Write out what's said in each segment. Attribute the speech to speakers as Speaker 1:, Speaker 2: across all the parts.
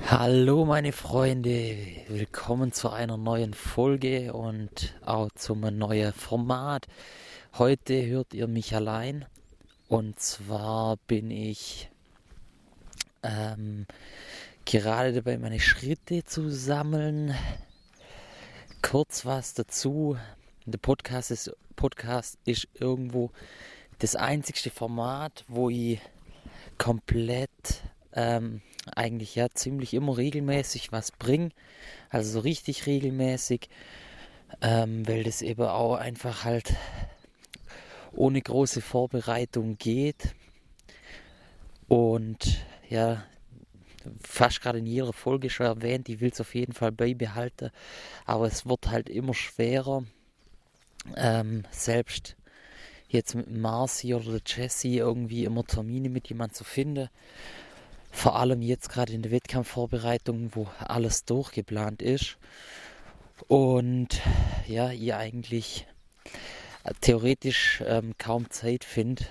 Speaker 1: Hallo meine Freunde, willkommen zu einer neuen Folge und auch zum neuen Format. Heute hört ihr mich allein und zwar bin ich gerade dabei, meine Schritte zu sammeln. Kurz was dazu, der Podcast ist irgendwo das einzigste Format, wo ich komplett eigentlich ja ziemlich immer regelmäßig was bringe, also so richtig regelmäßig, weil das eben auch einfach halt ohne große Vorbereitung geht und ja, fast gerade in jeder Folge schon erwähnt, ich will es auf jeden Fall beibehalten, aber es wird halt immer schwerer, selbst jetzt mit Marci oder der Jessie irgendwie immer Termine mit jemandem zu finden. Vor allem jetzt gerade in der Wettkampfvorbereitung, wo alles durchgeplant ist. Und ja, ihr eigentlich theoretisch kaum Zeit findet,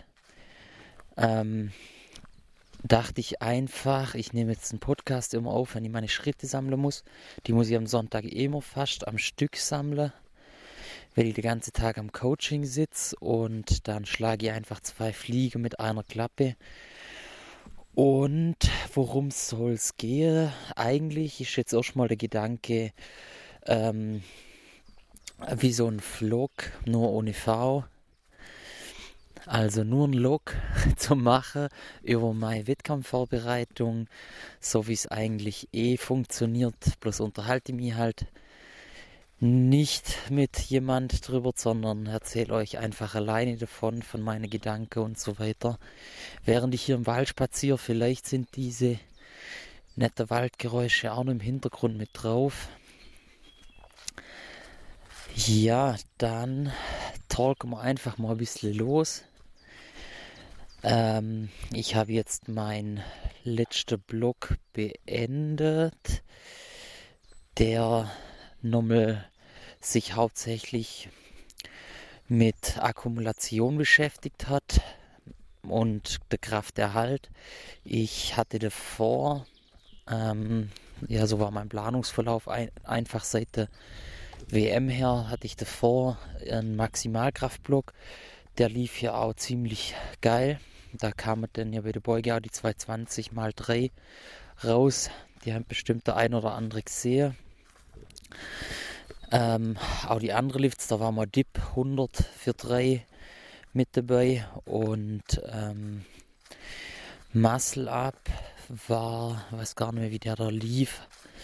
Speaker 1: dachte ich einfach, ich nehme jetzt einen Podcast immer auf, wenn ich meine Schritte sammeln muss. Die muss ich am Sonntag immer fast am Stück sammeln, weil ich den ganzen Tag am Coaching sitze und dann schlage ich einfach 2 Fliegen mit einer Klappe. Und worum soll es gehen? Eigentlich ist jetzt erstmal der Gedanke, wie so ein Vlog, nur ohne V. Also nur ein Log zu machen über meine Wettkampfvorbereitung, so wie es eigentlich funktioniert. Bloß unterhalte ich mich halt nicht mit jemand drüber, sondern erzähle euch einfach alleine davon, von meinen Gedanken und so weiter. Während ich hier im Wald spaziere, vielleicht sind diese netten Waldgeräusche auch noch im Hintergrund mit drauf. Ja, dann talken wir einfach mal ein bisschen los. Ich habe jetzt meinen letzten Blog beendet, der nochmal sich hauptsächlich mit Akkumulation beschäftigt hat und der Krafterhalt. Ich hatte davor, so war mein Planungsverlauf einfach seit der WM her, hatte ich davor einen Maximalkraftblock, der lief ja auch ziemlich geil. Da kamen dann ja bei der Beuge auch die 220 x 3 raus. Die haben bestimmt der ein oder andere gesehen. Auch die anderen Lifts, da war mal Dip 100 für 3 mit dabei und Muscle Up war, weiß gar nicht mehr, wie der da lief.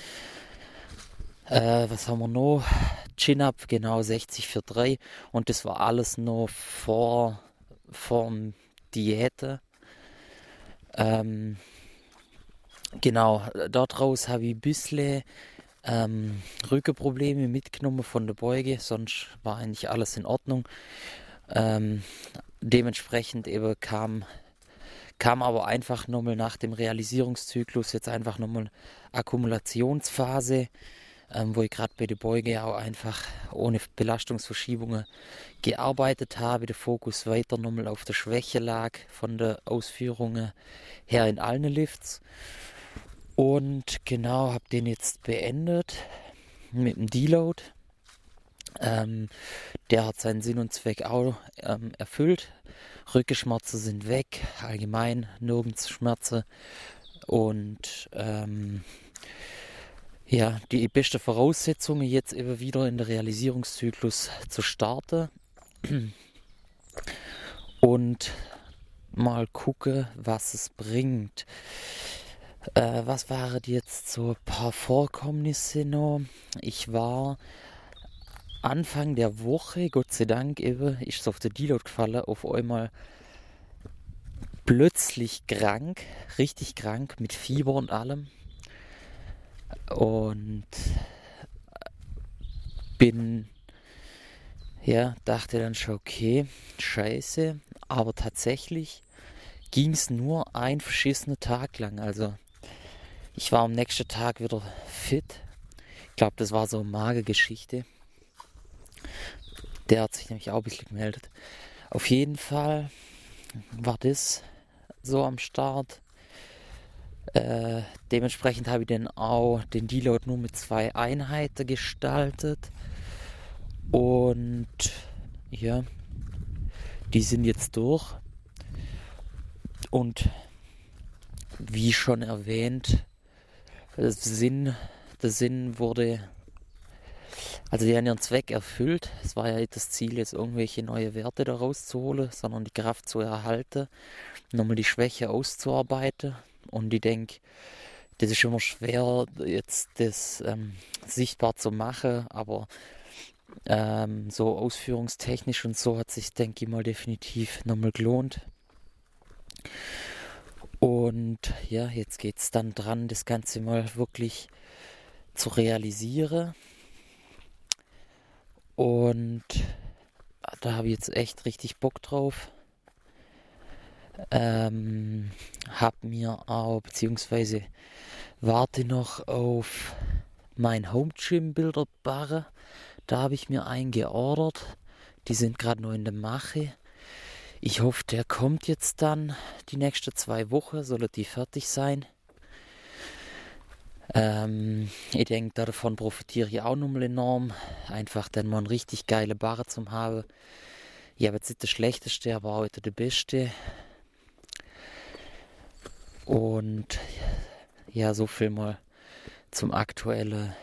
Speaker 1: Was haben wir noch? Chin-Up, genau, 60 für 3 und das war alles noch vor Diäte. Genau, daraus habe ich ein bisschen Rückenprobleme mitgenommen von der Beuge, sonst war eigentlich alles in Ordnung. Dementsprechend eben kam aber einfach nochmal nach dem Realisierungszyklus jetzt einfach nochmal Akkumulationsphase, wo ich gerade bei der Beuge auch einfach ohne Belastungsverschiebungen gearbeitet habe. Der Fokus weiter nochmal auf der Schwäche lag von der Ausführungen her in allen Lifts. Und genau, habe den jetzt beendet mit dem Deload. Der hat seinen Sinn und Zweck auch erfüllt. Rückenschmerzen sind weg, allgemein nirgends Schmerzen. Und die beste Voraussetzung jetzt eben wieder in der Realisierungszyklus zu starten. Und mal gucken, was es bringt. Was waren jetzt so ein paar Vorkommnisse noch? Ich war Anfang der Woche, Gott sei Dank eben, ist es auf der Deload gefallen, auf einmal plötzlich krank, richtig krank, mit Fieber und allem. Und dachte dann schon, okay, scheiße, aber tatsächlich ging es nur ein verschissener Tag lang, also ich war am nächsten Tag wieder fit. Ich glaube, das war so eine Magergeschichte. Der hat sich nämlich auch ein bisschen gemeldet. Auf jeden Fall war das so am Start. dementsprechend habe ich dann auch den Deload nur mit 2 Einheiten gestaltet. Und ja, die sind jetzt durch. Und wie schon erwähnt, der Sinn wurde, also die haben ihren Zweck erfüllt. Es war ja nicht das Ziel, jetzt irgendwelche neue Werte daraus zu holen, sondern die Kraft zu erhalten, nochmal die Schwäche auszuarbeiten. Und ich denke, das ist immer schwer, jetzt das sichtbar zu machen, aber so ausführungstechnisch und so hat sich, denke ich mal, definitiv nochmal gelohnt. Und ja, jetzt geht es dann dran, das Ganze mal wirklich zu realisieren. Und da habe ich jetzt echt richtig Bock drauf. Hab mir auch, beziehungsweise warte noch auf mein Home Gym Bilderbarre. Da habe ich mir einen geordert. Die sind gerade noch in der Mache. Ich hoffe, der kommt jetzt dann die nächsten 2 Wochen, soll die fertig sein. Ich denke, davon profitiere ich auch nochmal enorm. Einfach dann mal eine richtig geile Barre zum haben. Ich habe jetzt nicht das Schlechteste, aber heute der Beste. Und ja, so viel mal zum aktuellen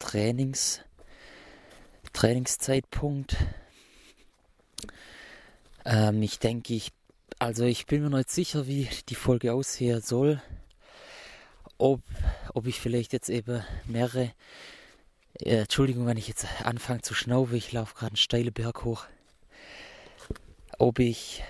Speaker 1: Trainingszeitpunkt. Ich denke, ich bin mir noch nicht sicher, wie die Folge aussehen soll. Ob ich vielleicht jetzt eben mehrere, Entschuldigung, wenn ich jetzt anfange zu schnaufen, ich laufe gerade einen steilen Berg hoch. Ob ich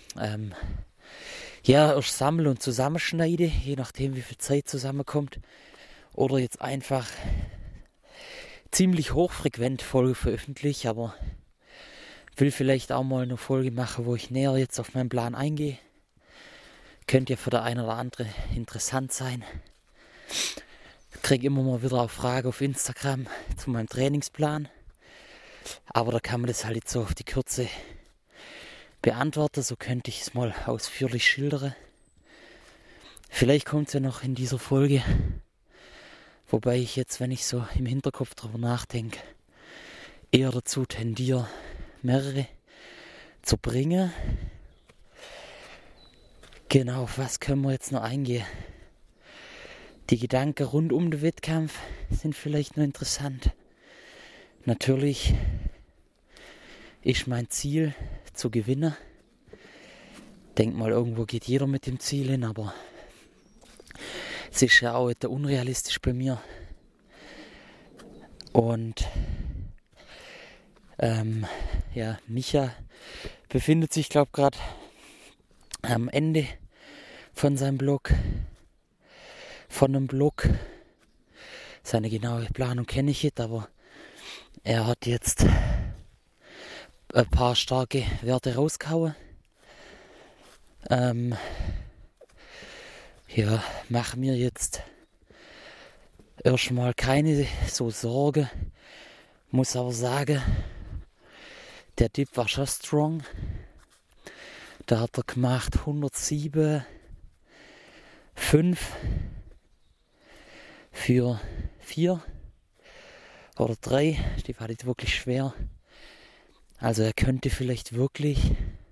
Speaker 1: erst sammle und zusammenschneide, je nachdem wie viel Zeit zusammenkommt. Oder jetzt einfach ziemlich hochfrequent Folge veröffentliche, aber will vielleicht auch mal eine Folge machen, wo ich näher jetzt auf meinen Plan eingehe. Könnte ja für der eine oder andere interessant sein. Ich kriege immer mal wieder auch Fragen auf Instagram zu meinem Trainingsplan. Aber da kann man das halt jetzt so auf die Kürze beantworten. So könnte ich es mal ausführlich schildern. Vielleicht kommt es ja noch in dieser Folge. Wobei ich jetzt, wenn ich so im Hinterkopf drüber nachdenke, eher dazu tendiere, mehrere zu bringen. Genau, auf was können wir jetzt noch eingehen? Die Gedanken rund um den Wettkampf sind vielleicht noch interessant. Natürlich ist mein Ziel zu gewinnen. Denk mal, irgendwo geht jeder mit dem Ziel hin, aber es ist ja auch etwas unrealistisch bei mir. Und Micha befindet sich, glaube ich, gerade am Ende von seinem Blog. Von einem Blog. Seine genaue Planung kenne ich nicht, aber er hat jetzt ein paar starke Werte rausgehauen. Mach mir jetzt erstmal keine so Sorge. Muss aber sagen, der Dip war schon strong. Da hat er gemacht 107,5 für 4 oder 3. Die war nicht wirklich schwer. Also er könnte vielleicht wirklich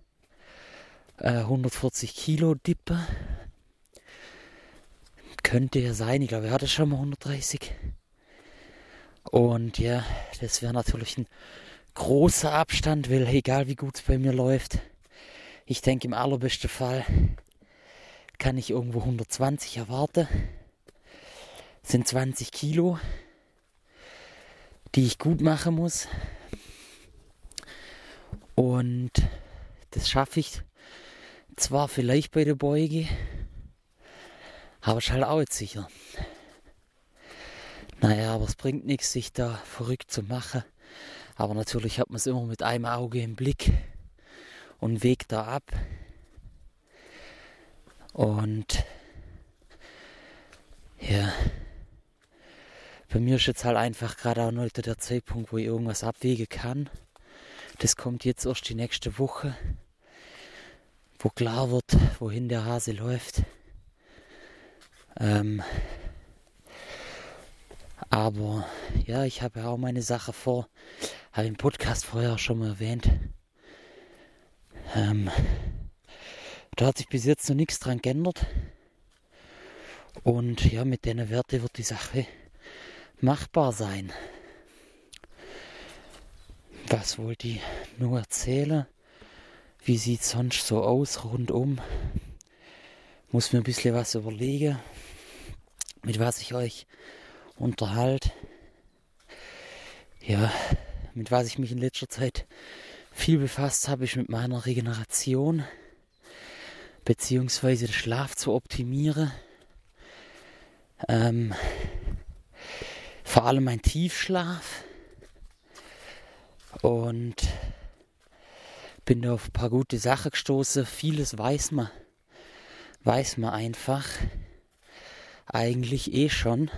Speaker 1: 140 Kilo dippen. Könnte ja sein. Ich glaube, er hatte schon mal 130. Und ja, das wäre natürlich ein großer Abstand, weil egal wie gut es bei mir läuft, ich denke im allerbesten Fall kann ich irgendwo 120 erwarten. Das sind 20 Kilo, die ich gut machen muss. Und das schaffe ich zwar vielleicht bei der Beuge, aber ist halt auch nicht sicher. Naja, aber es bringt nichts, sich da verrückt zu machen. Aber natürlich hat man es immer mit einem Auge im Blick und wägt da ab. Und ja, bei mir ist jetzt halt einfach gerade auch noch der Zeitpunkt, wo ich irgendwas abwägen kann. Das kommt jetzt erst die nächste Woche, wo klar wird, wohin der Hase läuft. Aber ja, ich habe ja auch meine Sache vor. Habe ich im Podcast vorher schon mal erwähnt. Da hat sich bis jetzt noch nichts dran geändert. Und ja, mit den Werten wird die Sache machbar sein. Was wollte ich nur erzählen? Wie sieht es sonst so aus rundum? Muss mir ein bisschen was überlegen, mit was ich euch unterhalte. Ja, mit was ich mich in letzter Zeit viel befasst habe, ist mit meiner Regeneration, beziehungsweise den Schlaf zu optimieren. Vor allem mein Tiefschlaf. Und bin da auf ein paar gute Sachen gestoßen. Vieles weiß man einfach eigentlich schon.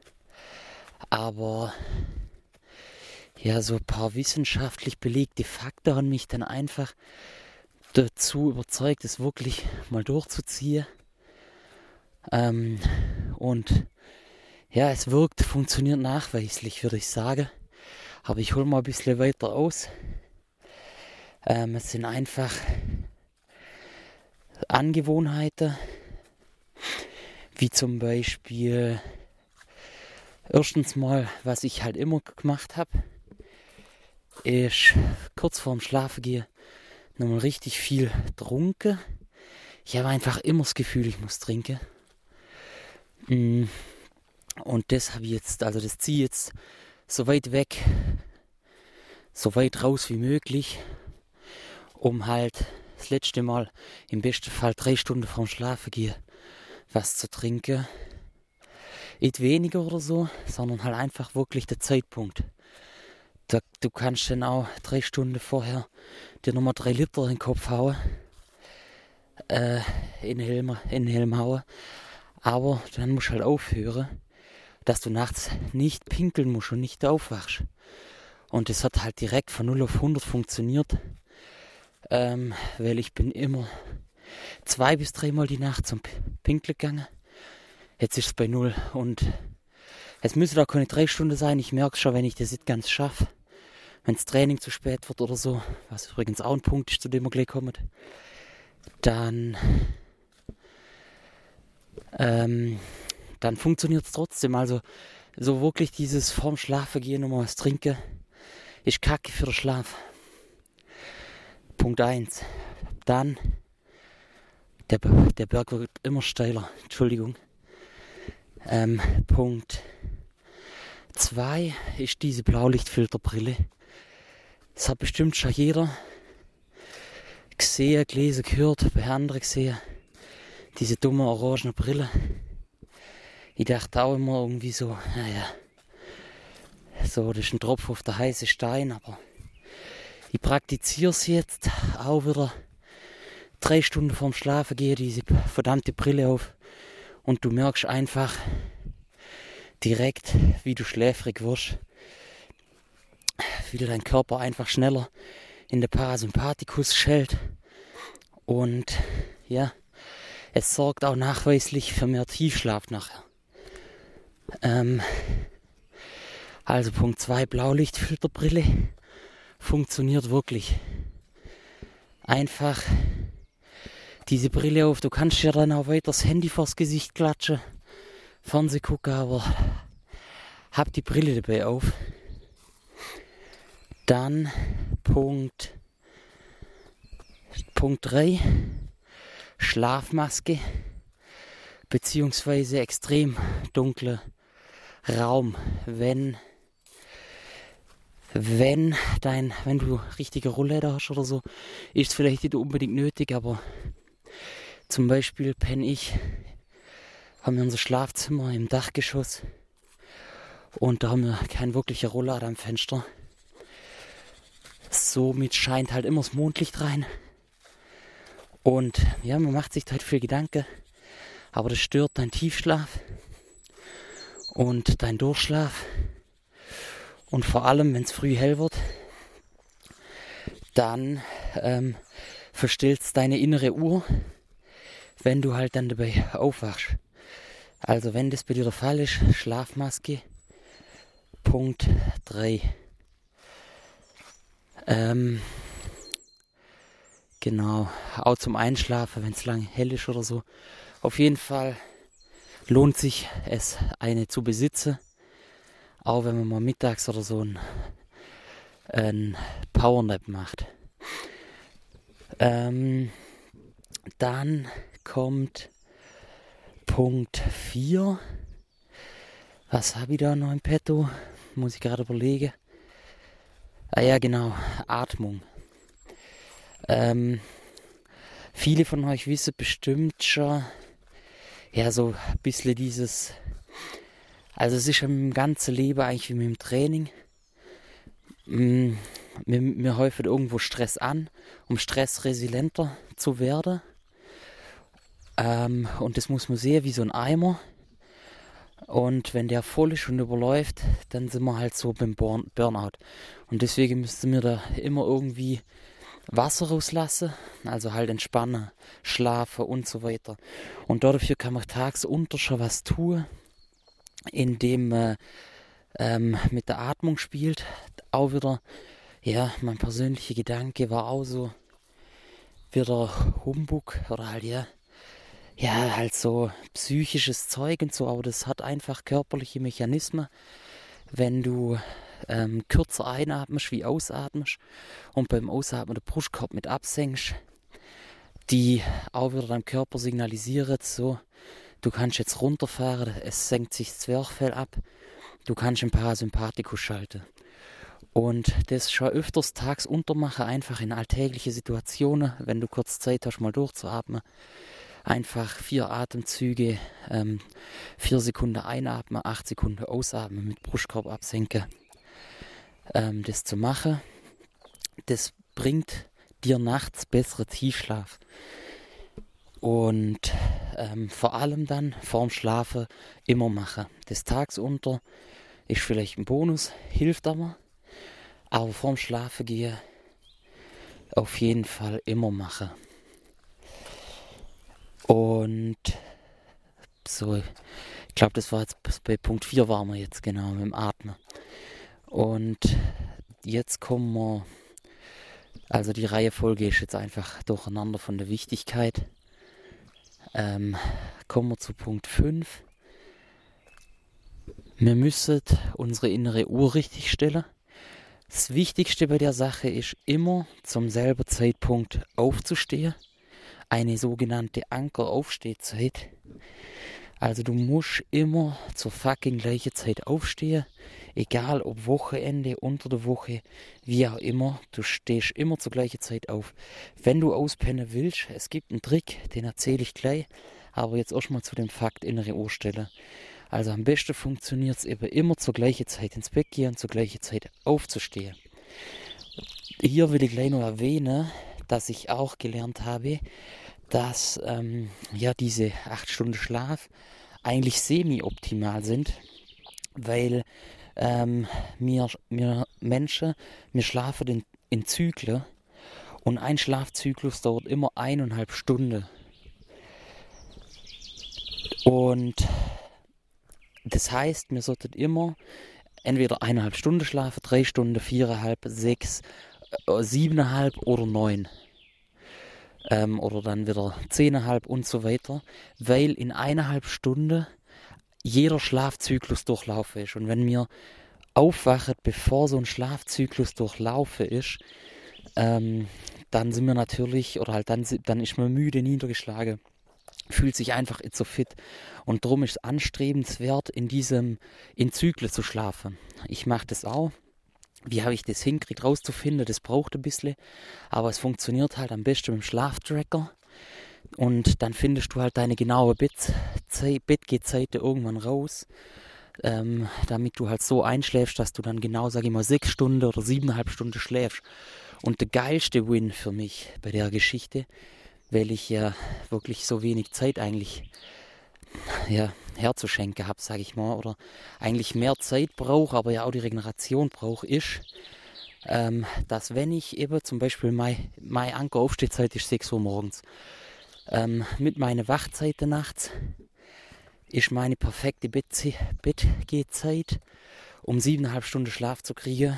Speaker 1: Aber ja, so ein paar wissenschaftlich belegte Fakten haben mich dann einfach dazu überzeugt, es wirklich mal durchzuziehen. Und ja, es funktioniert nachweislich, würde ich sagen. Aber ich hole mal ein bisschen weiter aus. Es sind einfach Angewohnheiten, wie zum Beispiel erstens mal, was ich halt immer gemacht habe, ist kurz vorm Schlafengehen nochmal richtig viel getrunken. Ich habe einfach immer das Gefühl, ich muss trinken. Und das habe ich jetzt, also das ziehe ich jetzt so weit weg, so weit raus wie möglich, um halt das letzte Mal im besten Fall 3 Stunden vorm Schlafengehen was zu trinken. Nicht weniger oder so, sondern halt einfach wirklich der Zeitpunkt. Du kannst dann auch 3 Stunden vorher dir nochmal 3 Liter in den Kopf hauen, in den Helm hauen. Aber dann musst du halt aufhören, dass du nachts nicht pinkeln musst und nicht aufwachst. Und das hat halt direkt von 0 auf 100 funktioniert, weil ich bin immer 2 bis 3 Mal die Nacht zum Pinkeln gegangen. Jetzt ist es bei 0 und es müssen auch keine 3 Stunden sein. Ich merke schon, wenn ich das nicht ganz schaffe, wenn das Training zu spät wird oder so, was übrigens auch ein Punkt ist, zu dem wir gleich kommen, dann funktioniert es trotzdem. Also so wirklich dieses vorm Schlafengehen nochmal was trinken, ist Kacke für den Schlaf. Punkt 1. Dann, der Berg wird immer steiler, Entschuldigung. Punkt 2 ist diese Blaulichtfilterbrille. Das hat bestimmt schon jeder gesehen, gelesen, gehört, bei anderen gesehen. Diese dumme orangene Brille. Ich dachte auch immer irgendwie so, naja, so, das ist ein Tropfen auf der heißen Stein, aber ich praktiziere es jetzt auch wieder 3 Stunden vorm Schlafen, gehe diese verdammte Brille auf und du merkst einfach direkt, wie du schläfrig wirst, wie dein Körper einfach schneller in den Parasympathikus schellt und ja, es sorgt auch nachweislich für mehr Tiefschlaf nachher. Also Punkt 2, Blaulichtfilterbrille funktioniert wirklich. Einfach diese Brille auf, du kannst ja dann auch weiter das Handy vors Gesicht klatschen, Fernseh gucken, aber hab die Brille dabei auf. Dann Punkt 3, Schlafmaske, beziehungsweise extrem dunkler Raum. Wenn du richtige Rollläder hast oder so, ist es vielleicht nicht unbedingt nötig, aber zum Beispiel haben wir unser Schlafzimmer im Dachgeschoss und da haben wir kein wirklicher Rolllader am Fenster. Somit scheint halt immer das Mondlicht rein. Und ja, man macht sich halt viel Gedanken, aber das stört deinen Tiefschlaf und deinen Durchschlaf. Und vor allem, wenn es früh hell wird, dann verstellt es deine innere Uhr, wenn du halt dann dabei aufwachst. Also wenn das bei dir der Fall ist, Schlafmaske Punkt 3. Genau, auch zum Einschlafen, wenn es lang hell ist oder so. Auf jeden Fall lohnt sich es, eine zu besitzen. Auch wenn man mal mittags oder so einen Powernap macht. Dann kommt Punkt 4. Was habe ich da noch im Petto? Muss ich gerade überlegen. Ah ja, genau, Atmung. Viele von euch wissen bestimmt schon, ja, so ein bisschen dieses, also es ist im ganzen Leben eigentlich wie mit dem Training. Wir häufen irgendwo Stress an, um stressresilienter zu werden. Und das muss man sehen wie so ein Eimer. Und wenn der voll ist und überläuft, dann sind wir halt so beim Burnout. Und deswegen müssten wir da immer irgendwie Wasser rauslassen, also halt entspannen, schlafen und so weiter. Und dafür kann man tagsunter schon was tun, indem man mit der Atmung spielt. Auch wieder, ja, mein persönlicher Gedanke war auch so wieder Humbug oder halt, ja, halt so psychisches Zeug und so, aber das hat einfach körperliche Mechanismen. Wenn du kürzer einatmest wie ausatmest und beim Ausatmen den Brustkorb mit absenkst, die auch wieder deinem Körper signalisieren, so, du kannst jetzt runterfahren, es senkt sich das Zwerchfell ab, du kannst den Parasympathikus schalten. Und das schon öfters tagsunter machen, einfach in alltägliche Situationen, wenn du kurz Zeit hast, mal durchzuatmen. Einfach 4 Atemzüge, 4 Sekunden einatmen, 8 Sekunden ausatmen, mit Brustkorb absenken. Das zu machen, das bringt dir nachts besseren Tiefschlaf. Und vor allem dann vorm Schlafen immer machen. Das tagsunter ist vielleicht ein Bonus, hilft aber vorm Schlafen gehen auf jeden Fall immer machen. Und so, ich glaube, das war jetzt bei Punkt 4 waren wir jetzt genau mit dem Atmen. Und jetzt kommen wir, also die Reihenfolge ist jetzt einfach durcheinander von der Wichtigkeit. Kommen wir zu Punkt 5. Wir müssen unsere innere Uhr richtig stellen. Das Wichtigste bei der Sache ist immer zum selben Zeitpunkt aufzustehen. Eine sogenannte Anker-Aufstehzeit. Also du musst immer zur fucking gleichen Zeit aufstehen. Egal ob Wochenende, unter der Woche, wie auch immer. Du stehst immer zur gleichen Zeit auf. Wenn du auspennen willst, es gibt einen Trick, den erzähle ich gleich. Aber jetzt erstmal zu dem Fakt innere Uhr stellen. Also am besten funktioniert es eben immer zur gleichen Zeit ins Bett gehen und zur gleichen Zeit aufzustehen. Hier will ich gleich noch erwähnen, dass ich auch gelernt habe, dass diese 8 Stunden Schlaf eigentlich semi-optimal sind, weil wir Menschen, wir schlafen in Zyklen und ein Schlafzyklus dauert immer 1,5 Stunden. Und das heißt, wir sollten immer entweder 1,5 Stunden schlafen, 3 Stunden, 4,5, 6, 7,5 oder 9. Oder dann wieder 10,5 und so weiter, weil in 1,5 Stunden jeder Schlafzyklus durchlaufen ist. Und wenn wir aufwachen, bevor so ein Schlafzyklus durchlaufen ist, dann sind wir natürlich, oder halt dann ist man müde, niedergeschlagen, fühlt sich einfach nicht so fit. Und darum ist es anstrebenswert, in Zyklen zu schlafen. Ich mache das auch. Wie habe ich das hingekriegt rauszufinden? Das braucht ein bisschen, aber es funktioniert halt am besten mit dem Schlaftracker. Und dann findest du halt deine genaue Bettgehzeiten irgendwann raus, damit du halt so einschläfst, dass du dann genau, sage ich mal, 6 Stunden oder 7,5 Stunden schläfst. Und der geilste Win für mich bei der Geschichte, weil ich ja wirklich so wenig Zeit eigentlich herzuschenken habe, sage ich mal, oder eigentlich mehr Zeit brauche, aber ja auch die Regeneration brauche, ist, dass wenn ich eben zum Beispiel meine Ankeraufstehzeit ist 6 Uhr morgens, mit meiner Wachzeiten nachts ist meine perfekte Bettgehzeit um 7,5 Stunden Schlaf zu kriegen,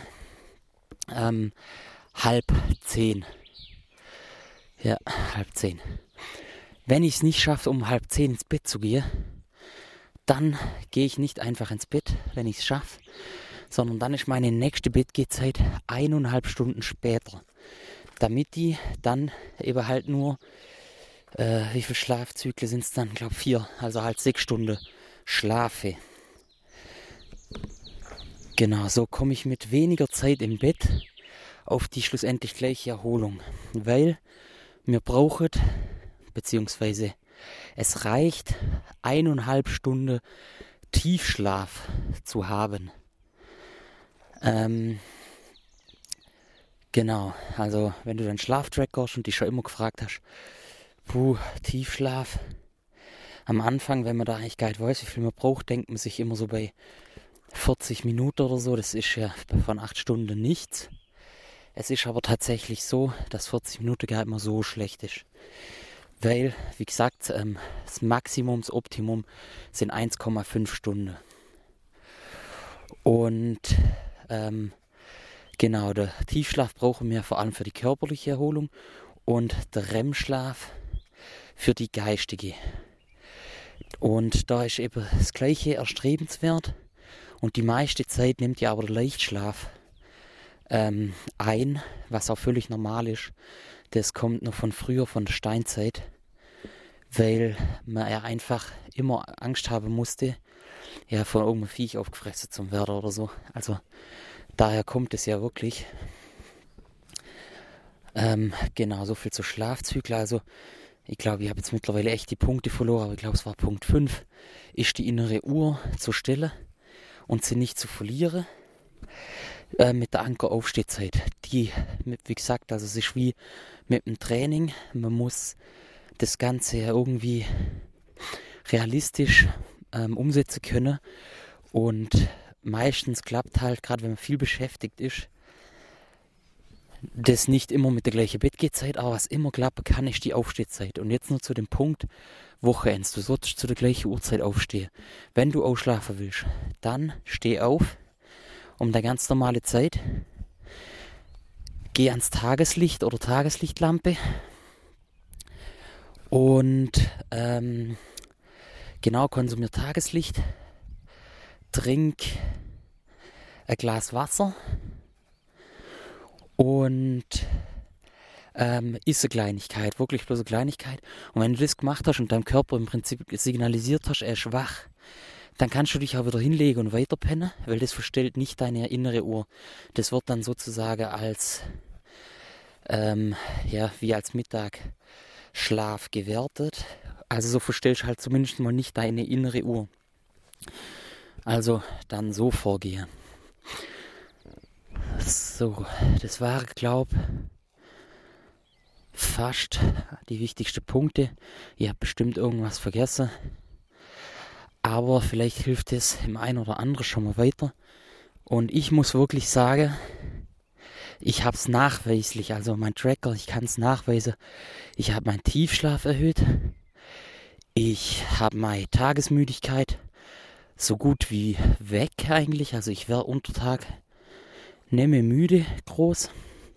Speaker 1: 9:30. Ja, 9:30. Wenn ich es nicht schaffe, um 9:30 ins Bett zu gehen, dann gehe ich nicht einfach ins Bett, wenn ich es schaffe, sondern dann ist meine nächste Bettgehzeit 1,5 Stunden später. Damit die dann eben halt nur, wie viele Schlafzyklen sind es dann? Ich glaube 4, also halt 6 Stunden schlafe. Genau, so komme ich mit weniger Zeit im Bett auf die schlussendlich gleiche Erholung. Weil wir brauchen, beziehungsweise es reicht 1,5 Stunden Tiefschlaf zu haben. Genau, also wenn du deinen Schlaftracker hast und dich schon immer gefragt hast, Tiefschlaf. Am Anfang, wenn man da eigentlich gar nicht weiß, wie viel man braucht, denkt man sich immer so bei 40 Minuten oder so. Das ist ja von 8 Stunden nichts. Es ist aber tatsächlich so, dass 40 Minuten gar nicht mehr so schlecht ist. Weil, wie gesagt, das Maximum, das Optimum sind 1,5 Stunden. Und genau, der Tiefschlaf brauchen wir vor allem für die körperliche Erholung und der REM-Schlaf für die geistige. Und da ist eben das Gleiche erstrebenswert. Und die meiste Zeit nimmt ja aber der Leichtschlaf ein, was auch völlig normal ist. Das kommt noch von früher, von der Steinzeit, weil man ja einfach immer Angst haben musste, ja, von irgendeinem Viech aufgefressen zu werden oder so. Also daher kommt es ja wirklich. Genau, so viel zu Schlafzyklen. Also ich glaube, ich habe jetzt mittlerweile echt die Punkte verloren, aber ich glaube, es war Punkt 5, ist die innere Uhr zu stellen und sie nicht zu verlieren. Mit der Ankeraufstehzeit. Die, wie gesagt, also es ist wie mit dem Training. Man muss das Ganze ja irgendwie realistisch umsetzen können. Und meistens klappt halt, gerade wenn man viel beschäftigt ist, das nicht immer mit der gleichen Bettgehzeit, aber was immer klappen kann, ist die Aufstehzeit. Und jetzt nur zu dem Punkt Wochenends. Du solltest zu der gleichen Uhrzeit aufstehen. Wenn du ausschlafen willst, dann steh auf um der ganz normale Zeit. Geh ans Tageslicht oder Tageslichtlampe und genau, konsumier Tageslicht. Trink ein Glas Wasser und iss eine Kleinigkeit, wirklich bloß eine Kleinigkeit. Und wenn du das gemacht hast und deinem Körper im Prinzip signalisiert hast, er ist wach, dann kannst du dich auch wieder hinlegen und weiterpennen, weil das verstellt nicht deine innere Uhr. Das wird dann sozusagen als, wie als Mittagsschlaf gewertet. Also so verstellst du halt zumindest mal nicht deine innere Uhr. Also dann so vorgehen. So, das war, glaube ich, fast die wichtigsten Punkte. Ihr habt bestimmt irgendwas vergessen. Aber vielleicht hilft es im einen oder anderen schon mal weiter. Und ich muss wirklich sagen, ich habe es nachweislich, also mein Tracker, ich kann es nachweisen. Ich habe meinen Tiefschlaf erhöht. Ich habe meine Tagesmüdigkeit so gut wie weg eigentlich. Also ich werde unter Tag nicht mehr müde groß.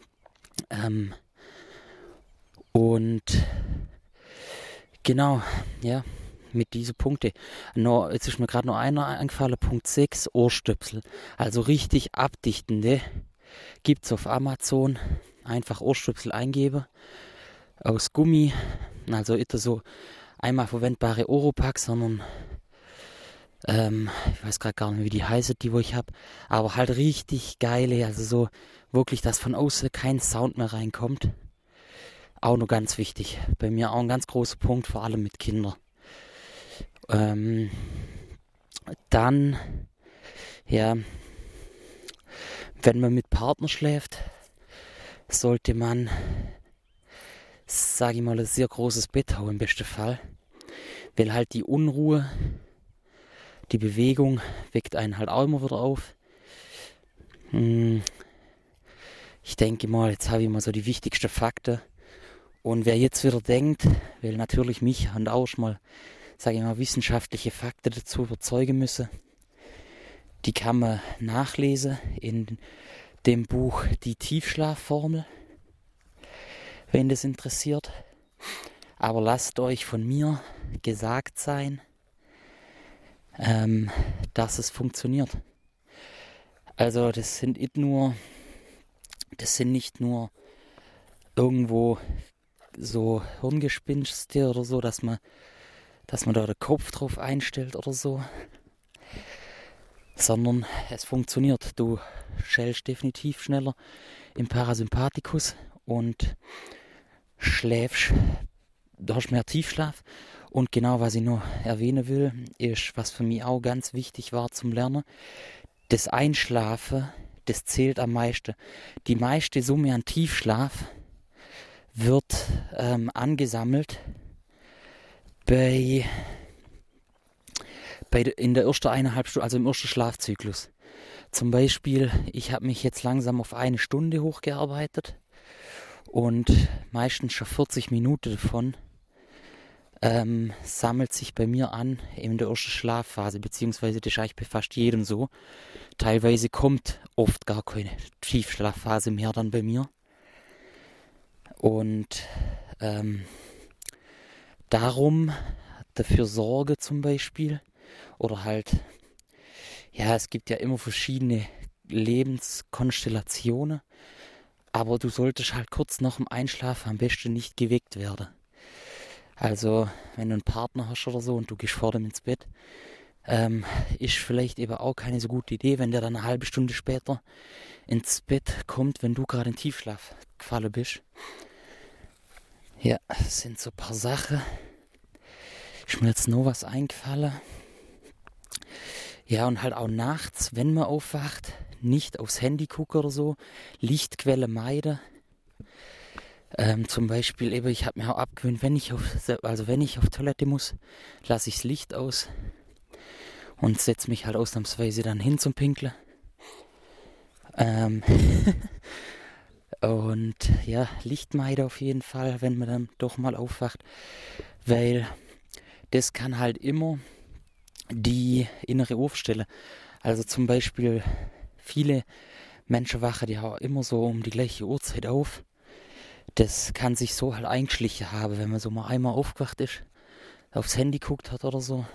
Speaker 1: Und genau, ja, mit diesen Punkten. Jetzt ist mir gerade noch einer eingefallen, Punkt 6, Ohrstöpsel. Also richtig abdichtende. Gibt es auf Amazon. Einfach Ohrstöpsel eingeben. Aus Gummi. Also nicht so einmal verwendbare Oropax, sondern ich weiß gerade gar nicht, wie die heißen, die wo ich habe. Aber halt richtig geile. Also so wirklich, dass von außen kein Sound mehr reinkommt. Auch noch ganz wichtig. Bei mir auch ein ganz großer Punkt, vor allem mit Kindern. Dann, ja, wenn man mit Partner schläft, sollte man, sage ich mal, ein sehr großes Bett haben im besten Fall. Weil halt die Unruhe, die Bewegung weckt einen halt auch immer wieder auf. Ich denke mal, jetzt habe ich mal so die wichtigsten Fakten. Und wer jetzt wieder denkt, weil natürlich mich und auch schon mal, sage ich mal, wissenschaftliche Fakten dazu überzeugen müssen, Die kann man nachlesen in dem Buch Die Tiefschlafformel, wenn das interessiert. Aber lasst euch von mir gesagt sein, dass es funktioniert. Also das sind nicht nur irgendwo so Hirngespinste oder so, dass man da den Kopf drauf einstellt oder so, sondern es funktioniert. Du schälst definitiv schneller im Parasympathikus und schläfst, du hast mehr Tiefschlaf. Und genau, was ich noch erwähnen will, ist, was für mich auch ganz wichtig war zum Lernen, das Einschlafen, das zählt am meisten. Die meiste Summe an Tiefschlaf wird angesammelt in der ersten 1,5 Stunde, also im ersten Schlafzyklus. Zum Beispiel, ich habe mich jetzt langsam auf 1 Stunde hochgearbeitet und meistens schon 40 Minuten davon sammelt sich bei mir an in der ersten Schlafphase, beziehungsweise das ist eigentlich bei fast jedem so. Teilweise kommt oft gar keine Tiefschlafphase mehr dann bei mir. Und darum dafür sorge zum Beispiel, oder halt, ja, es gibt ja immer verschiedene Lebenskonstellationen, aber du solltest halt kurz nach dem Einschlafen am besten nicht geweckt werden. Also, wenn du einen Partner hast oder so und du gehst vor dem ins Bett, ist vielleicht eben auch keine so gute Idee, wenn der dann eine halbe Stunde später ins Bett kommt, wenn du gerade in Tiefschlaf gefallen bist. Ja, das sind so ein paar Sachen. Ist mir jetzt noch was eingefallen. Ja, und halt auch nachts, wenn man aufwacht, nicht aufs Handy gucken oder so, Lichtquelle meiden. Zum Beispiel, eben, ich habe mir auch abgewöhnt, wenn ich auf Toilette muss, lasse ich das Licht aus und setze mich halt ausnahmsweise dann hin zum Pinkeln. Und ja, Lichtmeide auf jeden Fall, wenn man dann doch mal aufwacht, weil das kann halt immer die innere Uhr stellen. Also zum Beispiel viele Menschen wachen ja auch immer so um die gleiche Uhrzeit auf. Das kann sich so halt eingeschlichen haben, wenn man so mal einmal aufgewacht ist, aufs Handy guckt hat oder so.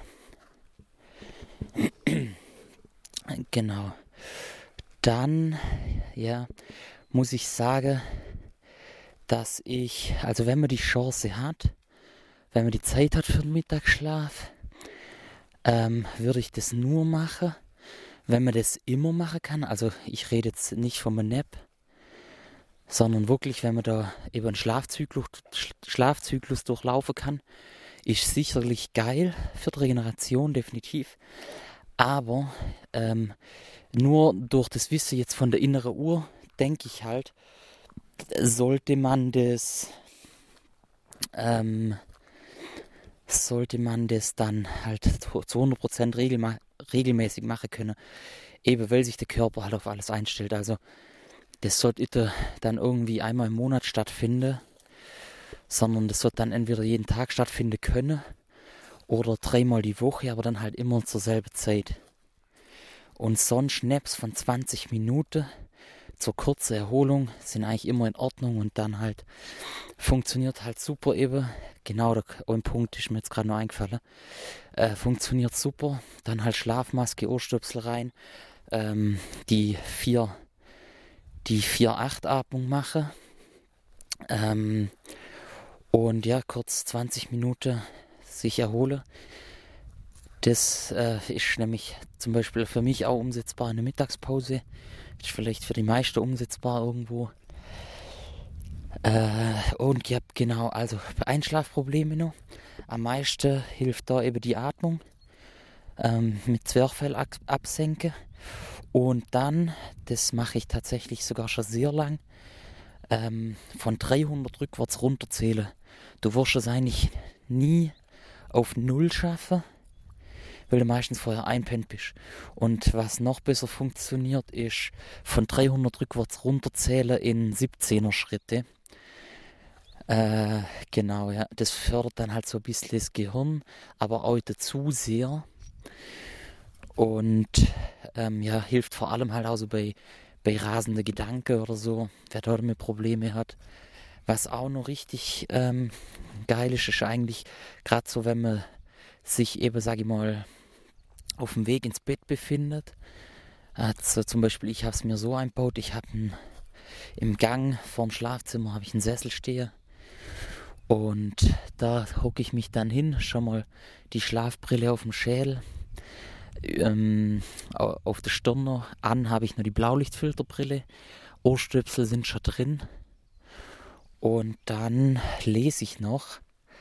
Speaker 1: Genau. Dann, ja, muss ich sagen, dass also wenn man die Chance hat, wenn man die Zeit hat für den Mittagsschlaf, würde ich das nur machen, wenn man das immer machen kann. Also ich rede jetzt nicht von einem Nap, sondern wirklich, wenn man da eben einen Schlafzyklus durchlaufen kann, ist sicherlich geil für die Regeneration, definitiv. Aber nur durch das Wissen jetzt von der inneren Uhr, denke ich halt, sollte man das dann halt zu 100% regelmäßig machen können. Eben weil sich der Körper halt auf alles einstellt. Also das sollte dann irgendwie einmal im Monat stattfinden, sondern das wird dann entweder jeden Tag stattfinden können oder 3-mal die Woche, aber dann halt immer zur selben Zeit. Und sonst Naps von 20 Minuten zur kurzen Erholung sind eigentlich immer in Ordnung und dann halt funktioniert halt super eben. Genau, ein Punkt ist mir jetzt gerade noch eingefallen. Funktioniert super. Dann halt Schlafmaske, Ohrstöpsel rein. Die 4-8-Atmung mache. Und ja, kurz 20 Minuten sich erhole. Das ist nämlich zum Beispiel für mich auch umsetzbar in der Mittagspause. Ist vielleicht für die meisten umsetzbar irgendwo. Und ich habe genau, also Einschlafprobleme noch. Am meisten hilft da eben die Atmung mit Zwerchfell absenken. Und dann, das mache ich tatsächlich sogar schon sehr lang, von 300 rückwärts runterzählen. Du wirst es eigentlich nie auf 0 schaffen, weil du meistens vorher einpennt bist. Und was noch besser funktioniert, ist von 300 rückwärts runterzählen in 17er Schritte. Genau, ja. Das fördert dann halt so ein bisschen das Gehirn, aber auch dazu sehr. Und hilft vor allem halt auch so bei rasenden Gedanken oder so, wer dort mit Probleme hat. Was auch noch richtig geil ist eigentlich gerade so, wenn man sich eben, sag ich mal, auf dem Weg ins Bett befindet. Also zum Beispiel, ich habe es mir so eingebaut, ich habe im Gang vorm Schlafzimmer habe ich einen Sessel stehen und da hocke ich mich dann hin, schon mal die Schlafbrille auf dem Schädel, auf der Stirn noch, an habe ich noch die Blaulichtfilterbrille, Ohrstöpsel sind schon drin und dann lese ich noch.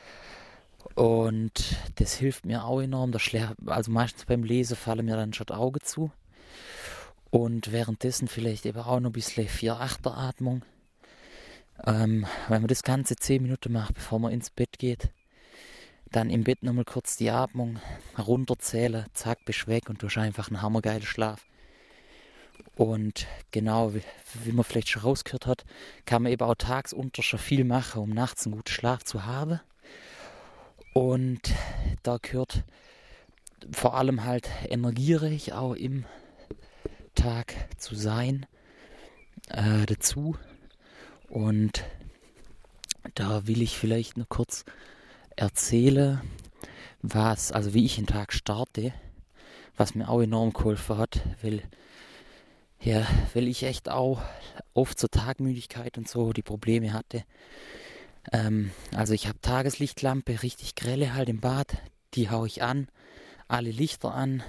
Speaker 1: Und das hilft mir auch enorm. Also meistens beim Lesen fallen mir dann schon die Augen zu. Und währenddessen vielleicht eben auch noch ein bisschen 4-8er-Atmung. Wenn man das Ganze 10 Minuten macht, bevor man ins Bett geht, dann im Bett nochmal kurz die Atmung runterzählen, zack, bist weg und du hast einfach einen hammergeilen Schlaf. Und genau, wie man vielleicht schon rausgehört hat, kann man eben auch tagsunter schon viel machen, um nachts einen guten Schlaf zu haben. Und da gehört vor allem halt energiereich auch im Tag zu sein dazu. Und da will ich vielleicht noch kurz erzählen, wie ich den Tag starte, was mir auch enorm geholfen hat, weil ich echt auch oft zur Tagmüdigkeit und so die Probleme hatte. Also ich habe Tageslichtlampe, richtig grelle halt im Bad, die haue ich an, alle Lichter an,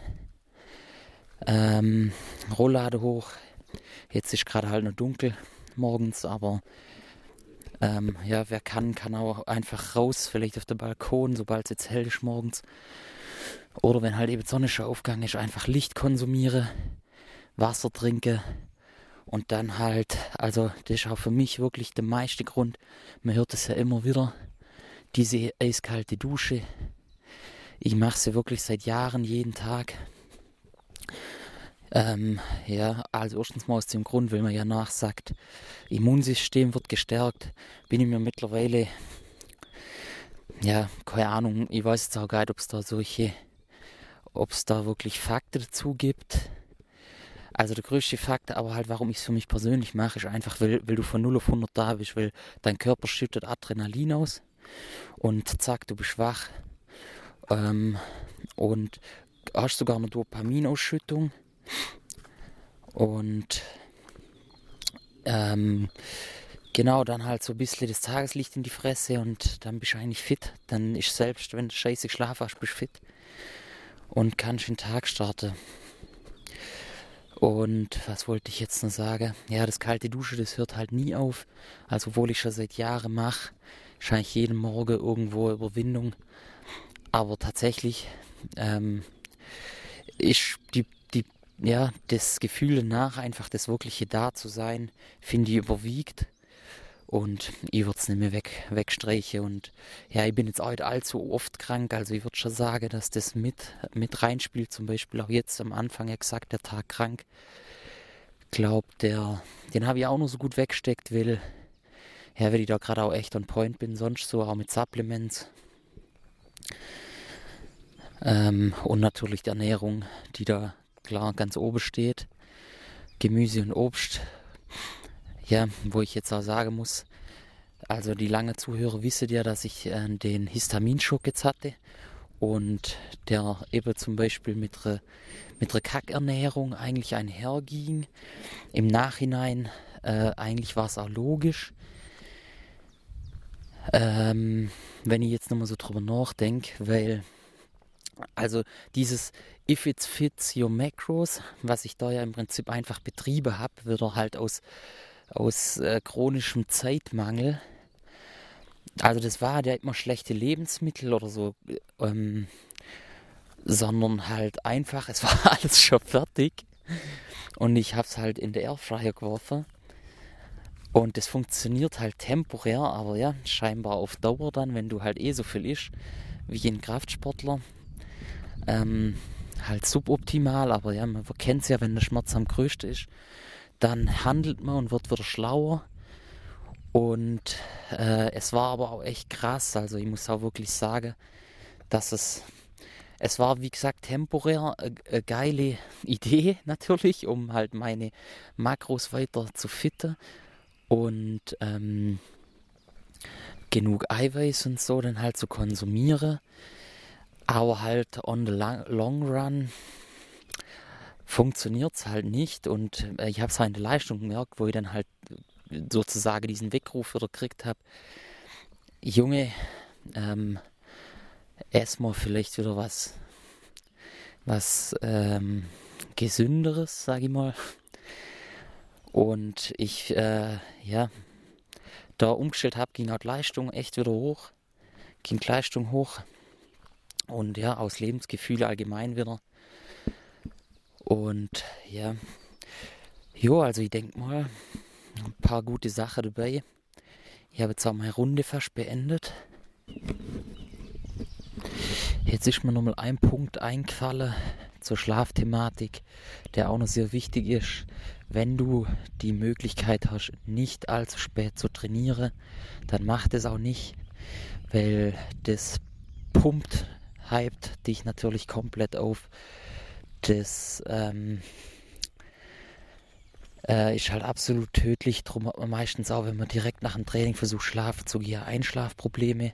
Speaker 1: Rolllade hoch. Jetzt ist gerade halt noch dunkel morgens, aber wer kann auch einfach raus, vielleicht auf den Balkon, sobald es jetzt hell ist morgens. Oder wenn halt eben die Sonne schon aufgegangen ist, einfach Licht konsumiere, Wasser trinke. Und dann halt, also das ist auch für mich wirklich der meiste Grund, man hört es ja immer wieder, diese eiskalte Dusche. Ich mache sie wirklich seit Jahren, jeden Tag. Also erstens mal aus dem Grund, weil man ja nachsagt, Immunsystem wird gestärkt, bin ich mir mittlerweile, keine Ahnung, ich weiß jetzt auch gar nicht, ob es da wirklich Fakten dazu gibt. Also der größte Fakt, aber halt, warum ich es für mich persönlich mache, ist einfach, weil du von 0 auf 100 da bist, weil dein Körper schüttet Adrenalin aus und zack, du bist wach und hast sogar eine Dopaminausschüttung und genau, dann halt so ein bisschen das Tageslicht in die Fresse und dann bist du eigentlich fit. Dann ist selbst, wenn du scheiße geschlafen hast, bist du fit und kannst den Tag starten. Und was wollte ich jetzt noch sagen? Ja, das kalte Duschen, das hört halt nie auf. Also obwohl ich schon seit Jahren mache, wahrscheinlich jeden Morgen irgendwo Überwindung. Aber tatsächlich ist das Gefühl danach, einfach das wirkliche Da zu sein, finde ich überwiegt. Und ich würde es nicht mehr wegstreichen. Und ja, ich bin jetzt auch nicht allzu oft krank. Also ich würde schon sagen, dass das mit reinspielt. Zum Beispiel auch jetzt am Anfang exakt der Tag krank. Ich glaube, den habe ich auch noch so gut weggesteckt, weil ich da gerade auch echt on point bin. Sonst so auch mit Supplements. Und natürlich die Ernährung, die da klar ganz oben steht. Gemüse und Obst. Ja, wo ich jetzt auch sagen muss, also die lange Zuhörer wissen ja, dass ich den Histaminschock jetzt hatte und der eben zum Beispiel mit einer Kackernährung eigentlich einherging. Im Nachhinein eigentlich war es auch logisch. Wenn ich jetzt nochmal so drüber nachdenke, weil also dieses If it fits your macros, was ich da ja im Prinzip einfach betrieben habe, wird er halt aus chronischem Zeitmangel. Also das war ja immer schlechte Lebensmittel oder so, sondern halt einfach, es war alles schon fertig und ich habe es halt in der Airfryer geworfen und das funktioniert halt temporär, aber ja, scheinbar auf Dauer dann, wenn du halt so viel isst wie ein Kraftsportler, halt suboptimal, aber ja, man kennt es ja, wenn der Schmerz am größten ist, dann handelt man und wird wieder schlauer. Und es war aber auch echt krass. Also ich muss auch wirklich sagen, dass es es war, wie gesagt, temporär eine geile Idee natürlich, um halt meine Makros weiter zu fitten und genug Eiweiß und so dann halt zu konsumieren. Aber halt on the long run funktioniert es halt nicht und ich habe es halt in der Leistung gemerkt, wo ich dann halt sozusagen diesen Weckruf wieder gekriegt habe. Junge, ess mal vielleicht wieder was Gesünderes, sag ich mal. Und ich, da umgestellt habe, ging auch die Leistung echt wieder hoch. Ging die Leistung hoch. Und ja, aus Lebensgefühl allgemein wieder. Und ja, also ich denke mal, ein paar gute Sachen dabei. Ich habe jetzt auch meine Runde fast beendet. Jetzt ist mir nochmal ein Punkt eingefallen zur Schlafthematik, der auch noch sehr wichtig ist. Wenn du die Möglichkeit hast, nicht allzu spät zu trainieren, dann mach das auch nicht, weil das hypt dich natürlich komplett auf. Das ist halt absolut tödlich. Darum hat man meistens auch, wenn man direkt nach dem Training versucht, schlafen zu gehen, Einschlafprobleme.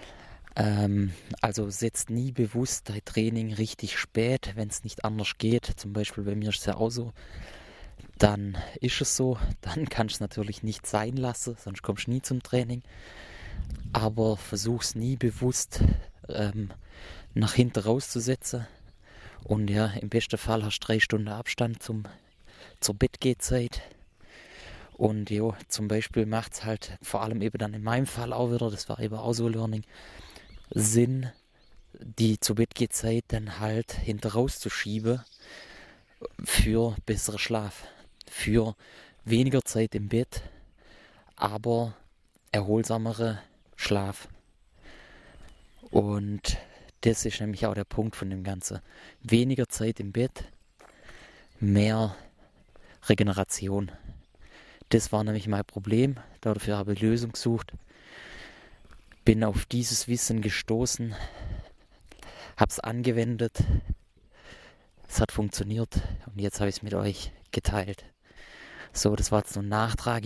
Speaker 1: Also setzt nie bewusst dein Training richtig spät, wenn es nicht anders geht. Zum Beispiel bei mir ist es ja auch so. Dann ist es so. Dann kannst du es natürlich nicht sein lassen, sonst kommst du nie zum Training. Aber versuch es nie bewusst nach hinten rauszusetzen. Und ja, im besten Fall hast du 3 Stunden Abstand zur Bettgehzeit. Und jo, zum Beispiel macht es halt vor allem eben dann in meinem Fall auch wieder, das war eben auch so Learning, Sinn, die zur Bettgehzeit dann halt hinter rauszuschieben für besseren Schlaf, für weniger Zeit im Bett, aber erholsamere Schlaf. Und das ist nämlich auch der Punkt von dem Ganzen. Weniger Zeit im Bett, mehr Regeneration. Das war nämlich mein Problem. Dafür habe ich Lösung gesucht. Bin auf dieses Wissen gestoßen, habe es angewendet. Es hat funktioniert und jetzt habe ich es mit euch geteilt. So, das war jetzt noch ein Nachtrag.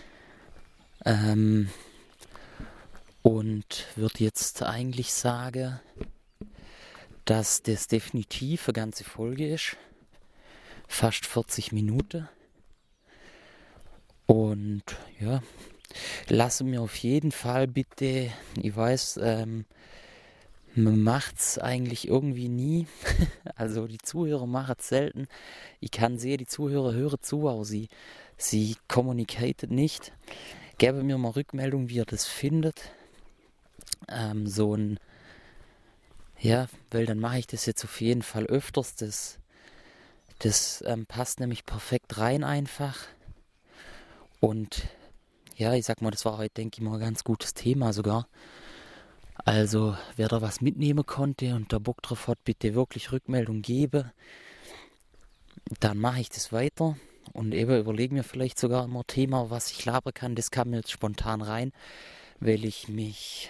Speaker 1: Und würde jetzt eigentlich sagen, dass das definitiv eine ganze Folge ist. Fast 40 Minuten. Und ja, lasse mir auf jeden Fall bitte, ich weiß, man macht es eigentlich irgendwie nie. Also die Zuhörer machen es selten. Ich kann sehen, die Zuhörer hören zu, aber sie communicaten nicht. Gebe mir mal Rückmeldung, wie ihr das findet. Weil dann mache ich das jetzt auf jeden Fall öfters. Das passt nämlich perfekt rein einfach. Und ja, ich sag mal, das war heute, denke ich mal, ein ganz gutes Thema sogar. Also, wer da was mitnehmen konnte und da Bock drauf hat, bitte wirklich Rückmeldung geben. Dann mache ich das weiter und eben überlege mir vielleicht sogar immer ein Thema, was ich labern kann. Das kam mir jetzt spontan rein, weil ich mich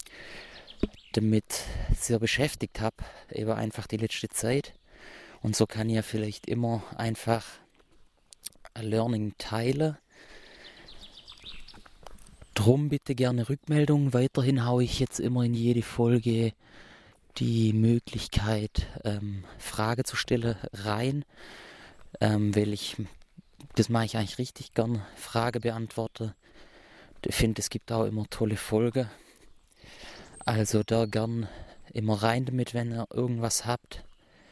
Speaker 1: damit sehr beschäftigt habe, eben einfach die letzte Zeit. Und so kann ich ja vielleicht immer einfach ein Learning teilen. Drum bitte gerne Rückmeldung. Weiterhin haue ich jetzt immer in jede Folge die Möglichkeit, Frage zu stellen, rein. Weil das mache ich eigentlich richtig gern, Frage beantworte. Ich finde, es gibt auch immer tolle Folgen. Also da gern immer rein damit, wenn ihr irgendwas habt.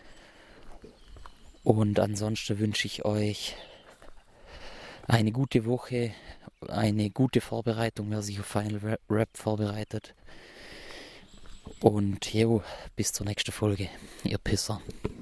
Speaker 1: Und ansonsten wünsche ich euch eine gute Woche, eine gute Vorbereitung, wer sich auf Final Rap vorbereitet. Und bis zur nächsten Folge, ihr Pisser.